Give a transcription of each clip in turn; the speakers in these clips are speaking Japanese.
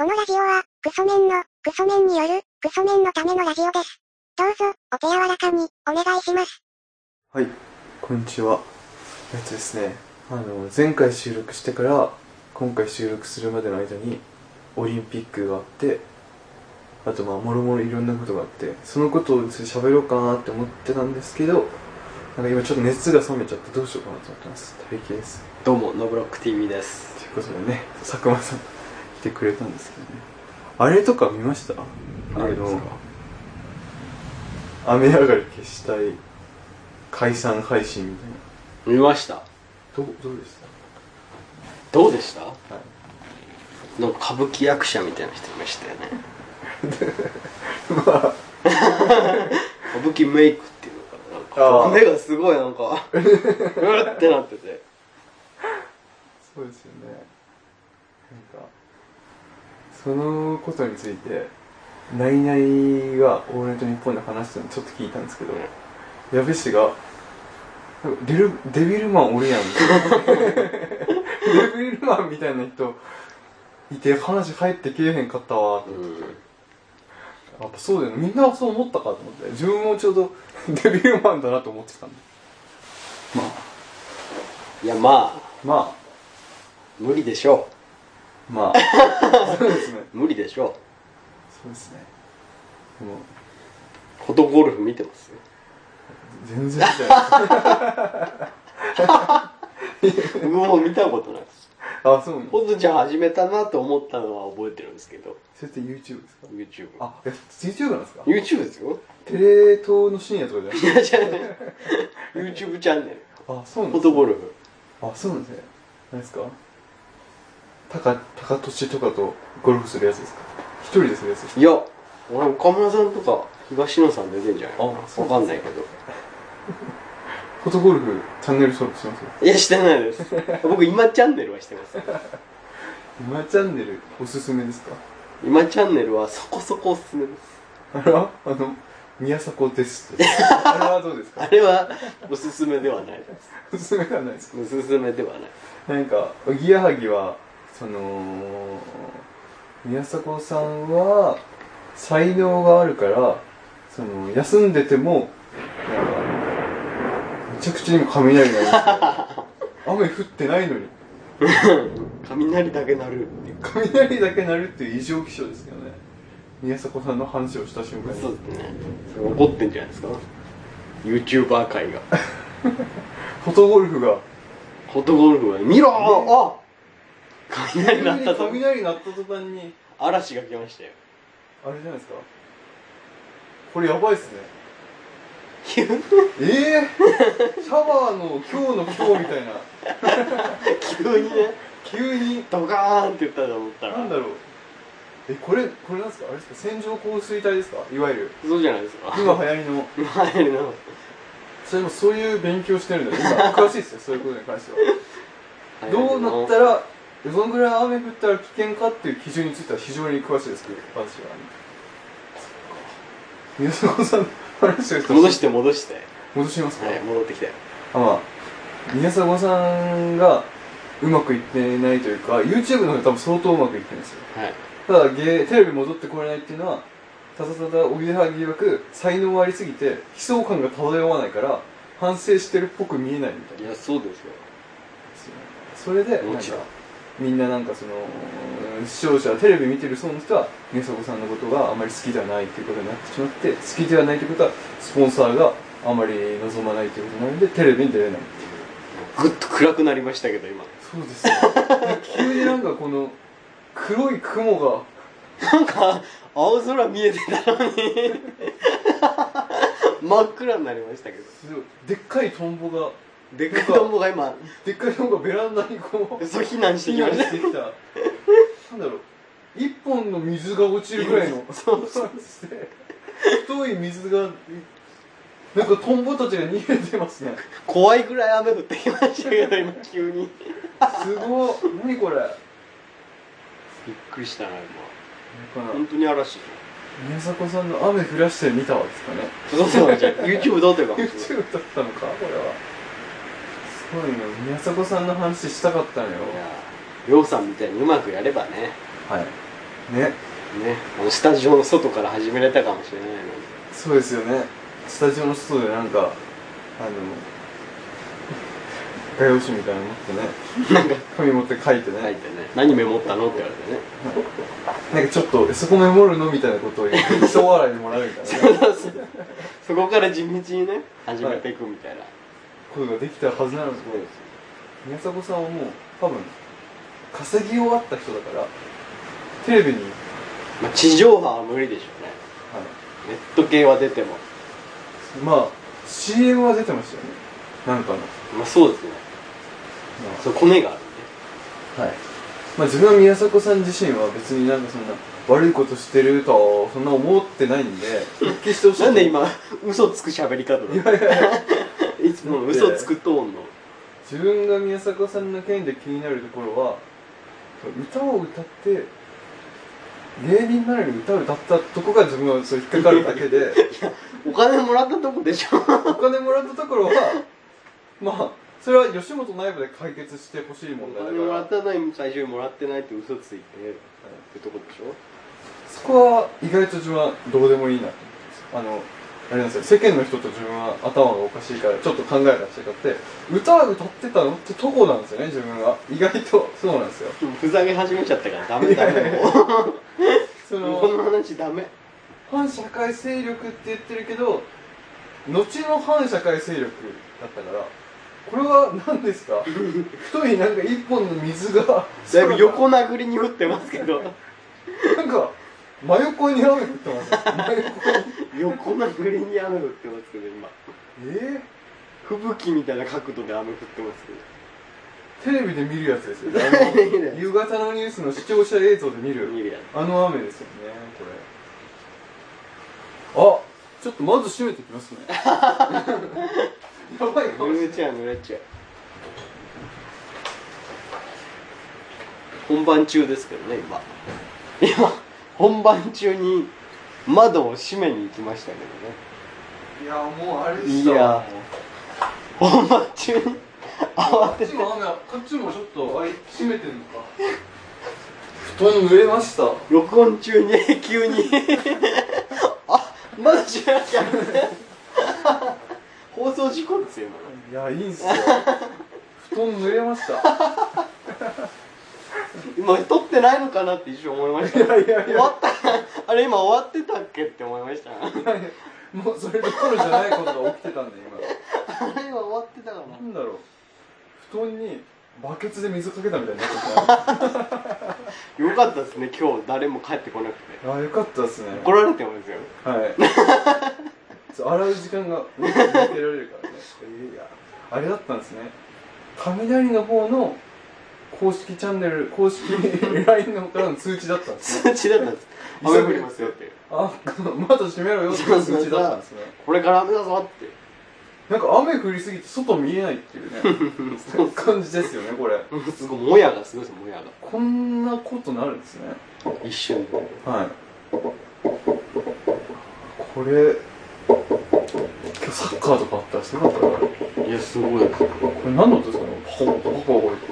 このラジオは、クソメンによる、クソメンのためのラジオです。どうぞ、お手柔らかに、お願いします。 はい、こんにちは。ですね、前回収録してから、今回収録するまでの間に、オリンピックがあって、あともろもろいろんなことがあって、そのことを喋ろうかなって思ってたんですけど、なんか今ちょっと熱が冷めちゃってどうしようかなと思ってます。平気です。 どうも、ノブロック TV です。 ということでね、佐久間さん来てくれたんですけどね。あれとか見ました？ 何ですか？ 雨上がり消したい解散配信みたいな。 見ました。 どうでした？ どうでした？ はい。 なんか歌舞伎役者みたいな人いましたよね。 まあ歌舞伎メイクっていうのかな。なんか目がすごいなんかうってなってて。 そうですよね。なんかそのことについてナイナイがオールナイトニッポンで話してるのちょっと聞いたんですけど、矢部氏がデビルマンおるやんみたいなデビルマンみたいな人いて話入ってけえへんかったわって言って、やっぱそうだよね、みんなそう思ったかと思って、自分もちょうどデビルマンだなと思ってたんで、 いやまあ無理でしょまあそうですねう。無理でしょそうですね。でもう。フォトゴルフ見てます？ 全然見てない僕も見たことないです。 あ、そうなんです。 フォトちゃん始めたなと思ったのは覚えてるんですけど。 それって YouTube ですか？ YouTube。 あ、YouTube なんですか？ YouTube ですよ。 テレ東の深夜とかじゃない？ いやじゃない YouTube チャンネル。 あ、そうなんフォですか？ トゴルフ。 あ、そうなんですね。何ですか？高俊とかとゴルフするやつですか？一人でするやつですか？ いや、俺岡村さんとか東野さん出てんじゃないかな。 あそうわかんないけど。 フォトゴルフチャンネル登録します？ いや、してないです。僕今チャンネルはしてます。 今チャンネルおすすめですか？ 今チャンネルはそこそこおすすめです。 あれは宮迫ですってあれはどうですか？ あれはおすすめではないです。 おすすめではないですか？ おすすめではない。 なんかおぎやはぎは宮迫さんは才能があるから休んでてもなんかめちゃくちゃ今雷が雨降ってないのに雷だけ鳴るっていう。 雷だけ鳴るっていう異常気象ですけどね。宮迫さんの話をした瞬間にそうですね。それ怒ってんじゃないですか YouTuber 界が。 フォトゴルフがフォトゴルフは見ろあ雷鳴ったと雷鳴った途端に嵐が来ましたよ。 あれじゃないですか、これやばいっすね。シャワーの今日の今日みたいな急にドカーンって言ったと思ったらなんだろう、これなんですか？あれですか？線状降水帯ですか？いわゆるそうじゃないですか。 今流行りの今流行りのそれもそういう勉強してるんだよ今詳しいですよそういうことに関してはどうなったらどのぐらい雨降ったら危険かっていう基準については非常に詳しいですけど、私は宮迫さんの話をした戻して戻しますか？ はい、戻ってきて。 宮迫さんがうまくいってないというか YouTube の方で多分相当うまくいってるんですよ。 はい。 ただテレビ戻ってこれないっていうのはただおぎやはぎ曰く才能がありすぎて悲壮感が漂わないから反省してるっぽく見えないみたいな。 いや、そうですよ。 それでもちろんみんな視聴者テレビ見てる層の人は宮迫さんのことがあまり好きではないということになってしまって、好きではないということはスポンサーがあまり望まないということなのでテレビに出れないっていう。 ぐっと暗くなりましたけど今。 そうですよ急になんかこの黒い雲がなんか青空見えてたのに真っ暗になりましたけど。 でっかいトンボがでっかいトンボが今でっかいトンボがベランダにこうそう避難してきました。 なんだろう、一本の水が落ちるぐらいのそう太い水がなんかトンボたちが逃げてますね。 怖いぐらい雨降ってきましたけど今急にすごい、何これ。 びっくりしたな今。 本本当に嵐。 宮迫さんの雨降らして見たわですかね。 そうじゃん。YouTube どうというかもしれない。 YouTube だったのかこれは。すごいの、宮迫さんの話したかったのよ。 いや、りょうさんみたいにうまくやればね。 はい。 ね、 スタジオの外から始められたかもしれないのに。 そうですよね。スタジオの外でなんか画用紙みたいなの持ってね、なんか紙持って書いてね、 何メモったのって言われてね、 なんかちょっとそこメモるのみたいなことを言って人笑いにもらうみたいな、ね、 そこから地道にね始めていくみたいな、 ことができたはずなのですけど、宮迫さんはもう多分稼ぎ終わった人だからテレビに、 まあ、地上波は無理でしょうね、はい、ネット系は出てもまあ CM は出てましたよね、なんかの。 まあそうですね、まあ、そうコネがあるんで、 はい。まあ自分は宮迫さん自身は別になんかそんな悪いことしてるとはそんな思ってないんで、復帰してほしい。 なんで今嘘つく喋り方だ。いつも嘘つくトーンの。 自分が宮迫さんの件で気になるところは、歌を歌って芸人なのに歌を歌ったとこが自分はそう引っかかるだけでお金もらったとこでしょ。 お金もらったところはまあそれは吉本内部で解決してほしい問題だから。お金もらったのに最初にもらってないって嘘ついて、ってとこでしょ。 そこは意外と自分はどうでもいいなと思ってます。あれなんですよ、世間の人と自分は頭がおかしいからちょっと考えが違って歌は歌ってたのってとこなんですよね、自分は。意外とそうなんですよ。 ふざけ始めちゃったからダメダメもうこの話ダメ。 反社会勢力って言ってるけど後の反社会勢力だったから、これは何ですか太いなんか一本の水がだいぶ横殴りに降ってますけどなんか真横に雨降ってます。真横殴りに雨降ってますけど今吹雪みたいな角度で雨降ってますけど、テレビで見るやつですよね。夕方のニュースの視聴者映像で見るあの雨ですよね、これ。あ、ちょっとまず閉めてきますねやばいかもしれない。 濡れちゃう濡れちゃう。本番中ですけどね今本番中に窓を閉めに行きましたけどね。 いやもうあれでした。 いや本番中に慌ててこっちもちょっと閉めてるのか。布団濡れました。 録音中に急にあ、まだ閉めなきゃ放送事故ですよ今。いやいいんすよ布団濡れました今撮ってないのかなって一瞬思いました。終わったあれ今終わってたっけって思いましたもうそれどころじゃないことが起きてたんで今あれ今終わってたかな。 なんだろう、布団にバケツで水かけたみたいになってたよかったですね、今日誰も帰ってこなくて。 よかったですね。 怒られてますよ。 はい洗う時間が設けられるからねあれだったんですね、雷の方の公式チャンネル、公式 LINE のからの通知だったんですね。 通知だったんです。雨降りますよって。 窓閉めろよっていう通知だったんですね。 これから雨だぞって。 なんか雨降りすぎて外見えないっていうね感じですよね、これ。 すごい、もやがすごいです、もやが。 こんなことなるんですね。 一瞬で。 はい。これ、今日サッカーとかあったらすごかったな。 いや、すごいです。これ何の音ですかね、パコパコパコ言って。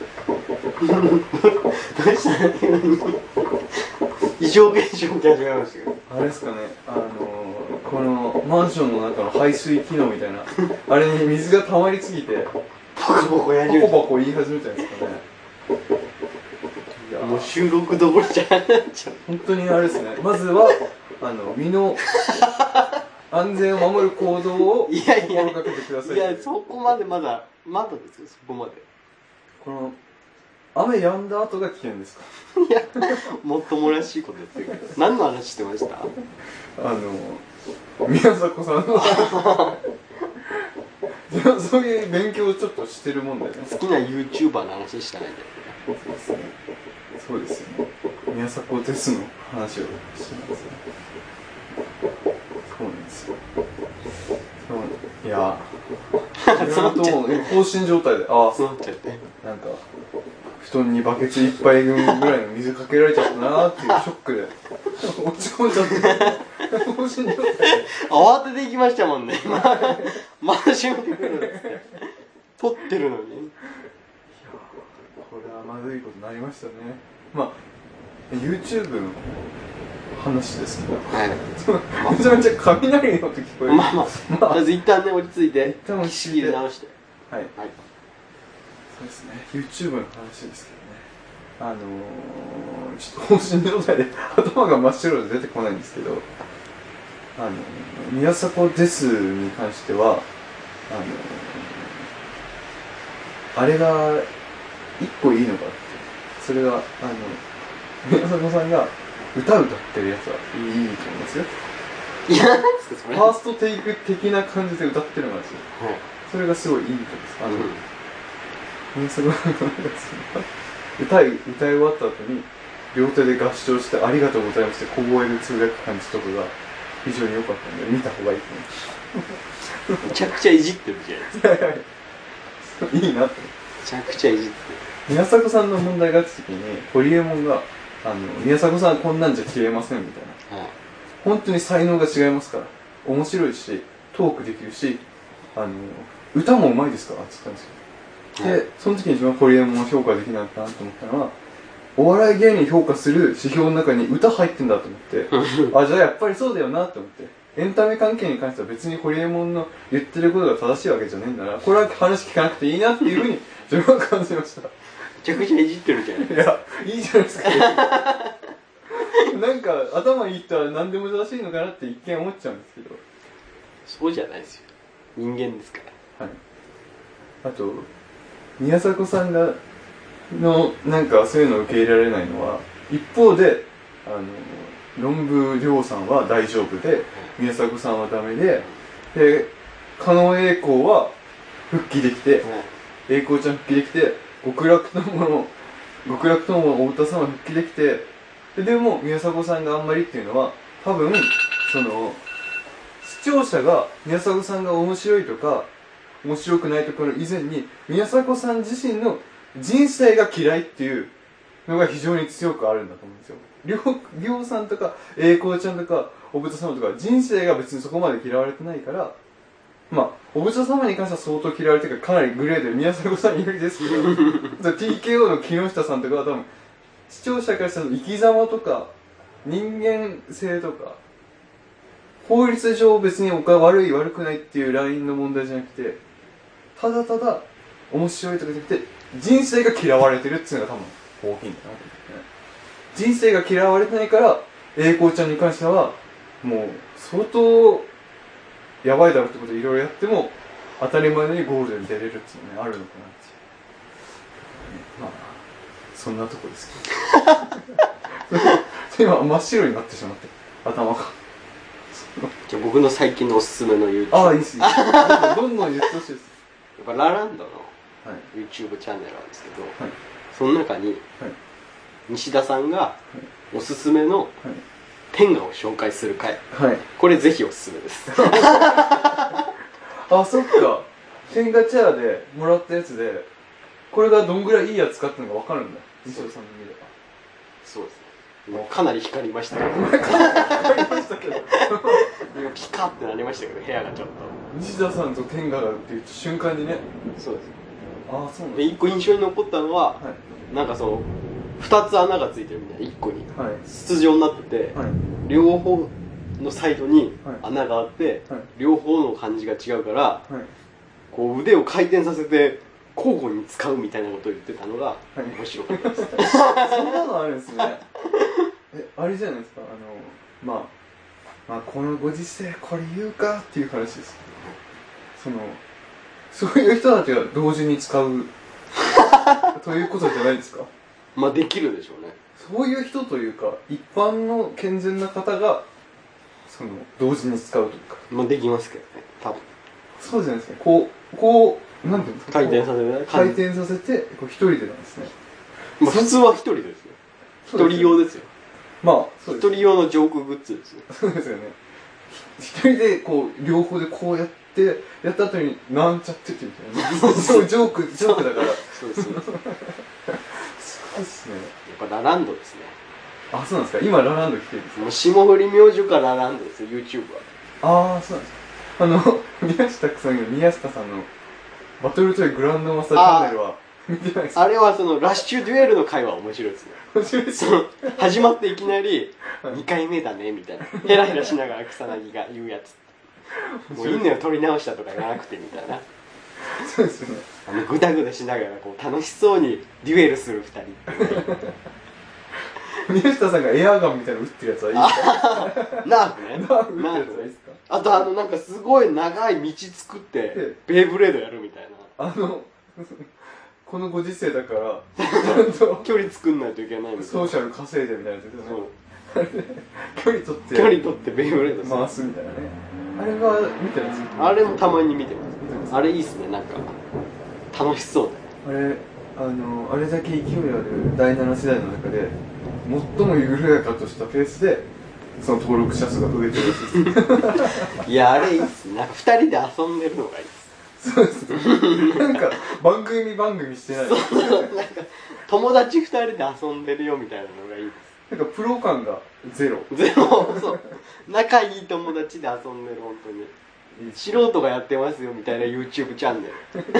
どうしたの急に異常現象起き始めましたけど。 あれですかね、このマンションの中の排水機能みたいなあれに水が溜まりすぎてパコパコやりパコパコ言い始めたんですかね。 いやもう収録どころじゃなっちゃう。 本当にあれですね、まずは身の安全を守る行動を心がけてください。 いや、そこまでまだですよ、そこまで。 この雨止んだ後が危険ですか。 いや、もっともらしいことやってるけど。何の話してました？ 宮迫さんのそういう勉強をちょっとしてるもんだよね。 好きな YouTuber の話したないんだよね。 そうですよね。宮迫ですの話をしてますね。そうなんですよ。いやその後も放心状態でそうなっちゃってなんか布団にバケツ一杯分ぐらいの水かけられちゃったなーっていうショックで落ち込んじゃって放心状態で慌てて行きましたもんねまだ閉めてくるんですね撮ってるのに。いやこれはまずいことになりましたね。まあ YouTube の話ですけど、 はい。 めちゃめちゃ雷の音聞こえる。 まず一旦ね、落ち着いて、 一旦落ち着いて仕切り直して。 はい。 はい。 そうですね。YouTube の話ですけどね。ちょっと放心状態で頭が真っ白で出てこないんですけど、宮迫ですに関しては、あれが一個いいのかって。それが、宮迫さんが歌ってるやつはいいと思いますよ。 いや、なんですか、それ。 ファーストテイク的な感じで歌ってるのがですよ。 はい。 それがすごいいいと思います。宮迫さんが歌い終わった後に両手で合唱してありがとうございますって小声でつぶやく感じとかが非常に良かったので見た方がいいと思います。 めちゃくちゃいじってるじゃないですか。 いいなって。 めちゃくちゃいじってる。 宮迫さんの問題があった時にホリエモンが宮迫さんこんなんじゃ消えませんみたいな、はい、本当に才能が違いますから面白いしトークできるし歌もうまいですからって言ったんですよ。で、その時に一番ホリエモンを評価できなかったなと思ったのは、お笑い芸人評価する指標の中に歌入ってんだと思ってあ、じゃあやっぱりそうだよなと思って、エンタメ関係に関しては別にホリエモンの言ってることが正しいわけじゃねえんだな、これは話聞かなくていいなっていうふうに自分は感じました。めちゃくちゃいじってるじゃないですか。 いや、いいじゃないですか。なんか頭いい人は何でも正しいのかなって一見思っちゃうんですけど、 そうじゃないですよ、人間ですから。 はい。あと宮迫さんがなんかそういうのを受け入れられないのは、一方で論文亮さんは大丈夫で宮迫さんはダメで、狩野英孝は復帰できて、英孝ちゃん復帰できて、極楽友の太田さんは復帰できて、でも宮迫さんがあんまりっていうのは、多分視聴者が宮迫さんが面白いとか面白くないところ以前に宮迫さん自身の人生が嫌いっていうのが非常に強くあるんだと思うんですよ。りょうさんとか栄光ちゃんとかおぶた様とか人生が別にそこまで嫌われてないから、まあおぶた様に関しては相当嫌われてるからかなりグレーで宮迫さん有利ですけどTKO の木下さんとかは多分視聴者からしたら生き様とか人間性とか法律上別に悪くないっていうラインの問題じゃなくて、ただただ面白いとかじゃなくて人生が嫌われてるっていうのが多分大きいんだなと思ってね。人生が嫌われてないから栄光ちゃんに関してはもう相当やばいだろうってことをいろいろやっても当たり前にゴールデンに出れるっていうのがあるのかなっていう、まあそんなとこですけど今真っ白になってしまって頭がじゃあ僕の最近のおすすめの YouTube。 ああ、いいっすどんどん言ってほしいです。 やっぱラランドの YouTube チャンネルなんですけど、はい、その中に西田さんがおすすめの天下を紹介する回、はい、これぜひおすすめですあ、そっか。天下チェアでもらったやつでこれがどんぐらいいいやつかっていうのが分かるんだ、西田さんの見れば。 そうですね。もうかなり光りましたけど光りましたけどピカってなりましたけど、部屋がちょっと西田さんと天下がって言った瞬間にね。 そうです。 ああ、そうなんで一個印象に残ったのは、はい、なんかその2つ穴がついてるみたいな、1個に筒状になってて、はい、両方のサイドに穴があって、はい、両方の感じが違うから、はい、こう腕を回転させて交互に使うみたいなことを言ってたのが面白かったです、そんなのあるんですね。あれじゃないですか、まあこのご時世これ言うかっていう話です。そういう人たちが同時に使うということじゃないですか。 まあできるでしょうね。 そういう人というか一般の健全な方が同時に使うというか、 まあできますけどね、多分。 そうじゃないですか。なんていうんですか、 回転させて回転させて一人でなんですね。 まあ普通は一人ですよ。一人用ですよ。 まあ一人用のジョークグッズですよ。 そうですよね。一人で両方でこうやってやった後になんちゃってってみたいな。そうジョークだから。 そうです。そうですね。 やっぱラランドですね。 あ、そうなんですか。今ラランド来てるんですか。 もう霜降り明星かラランドですよ、YouTube は。ああ、そうなんですか。宮下さんのバトルトイグランドマスターチャンネルは見てないです。 あれはそのラッシュデュエルの回は面白いですね。 面白いですその始まっていきなり2回目だねみたいなヘラヘラしながら草薙が言うやつ、もういいのよ取り直したとか言わなくてみたいな、 そうですよね。 グダグダしながらこう楽しそうにデュエルする2人宮下さんがエアガンみたいなの撃ってるやつはいいですか？ ナーフね。 ナーフ撃ってるやつはいいですか？ あとなんかすごい長い道作ってベイブレードやるみたいな、 このご時世だからちゃんと距離作んないといけないみたいな、 ソーシャル稼いでみたいなやつですよね。 そう距離取って距離取ってベイブレード回すみたいなね。あれは見てます？ あれもたまに見てます。あれいいっすね、なんか楽しそうで。あれだけ勢いある第7世代の中で最も緩やかとしたペースでその登録者数が増えてるらしいです。 いや、あれいいっすね。なんか2人で遊んでるのがいいっす。 そうですね。なんか番組してない。 そうなんか友達2人で遊んでるよみたいなのがいいです。 なんかプロ感がゼロ。 そう仲いい友達で遊んでる、本当に素人がやってますよみたいな YouTube チャンネル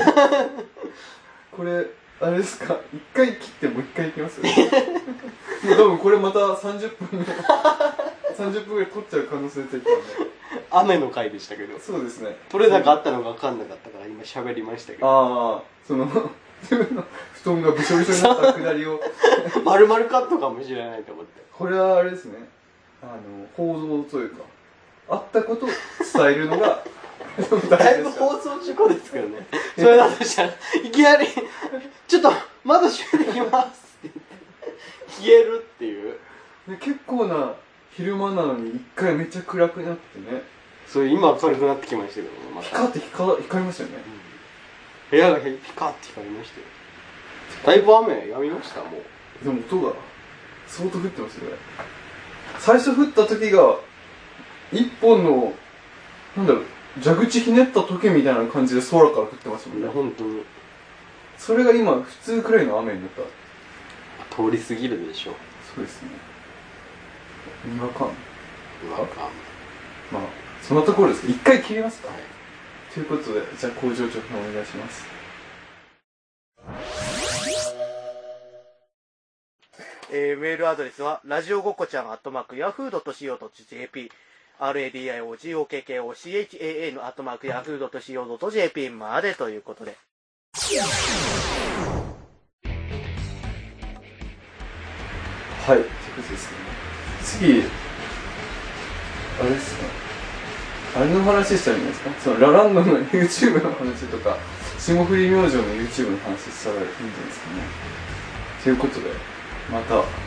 これあれですか、一回切ってもう一回いきますよ多分これまた30分ぐらい取っちゃう可能性出てきたんで。 雨の回でしたけど、 そうですね、 取れ高あったのが分かんなかったから今喋りましたけど、 ああ、その自分の布団がびしょびしょになったくだりを丸々カットかもしれないと思って。 これはあれですね、報道というかあったことを伝えるのがだいぶ放送事故ですけどねそれだとしたらいきなり「ちょっと窓閉めてきます」って言って消えるっていう。 で結構な昼間なのに一回めっちゃ暗くなってね、 そう今明るくなってきましたけどね、また光りましたよね、 部屋がピカって光りましたよ。だいぶ雨やみましたもう。 でも音が相当降ってますよね。最初降った時が一本のなんだろう、蛇口ひねった時みたいな感じで空から降ってましたもんね。 本当にそれが今普通くらいの雨になった。 通り過ぎるでしょう。 そうですね、違和感。 まあそんなところです。一回切りますか、 はい、 ということで、じゃあ工場長お願いします。 メールアドレスはラジオごこちゃん@yahoo.co.jp radiogokochan@yahoo.co.jp までということで。 はい、ということですね。次、あれですか、あれの話したらいいんですか、そのラランドの YouTube の話とか、霜降り明星の YouTube の話したらいいんじゃないですかね。ということで、また。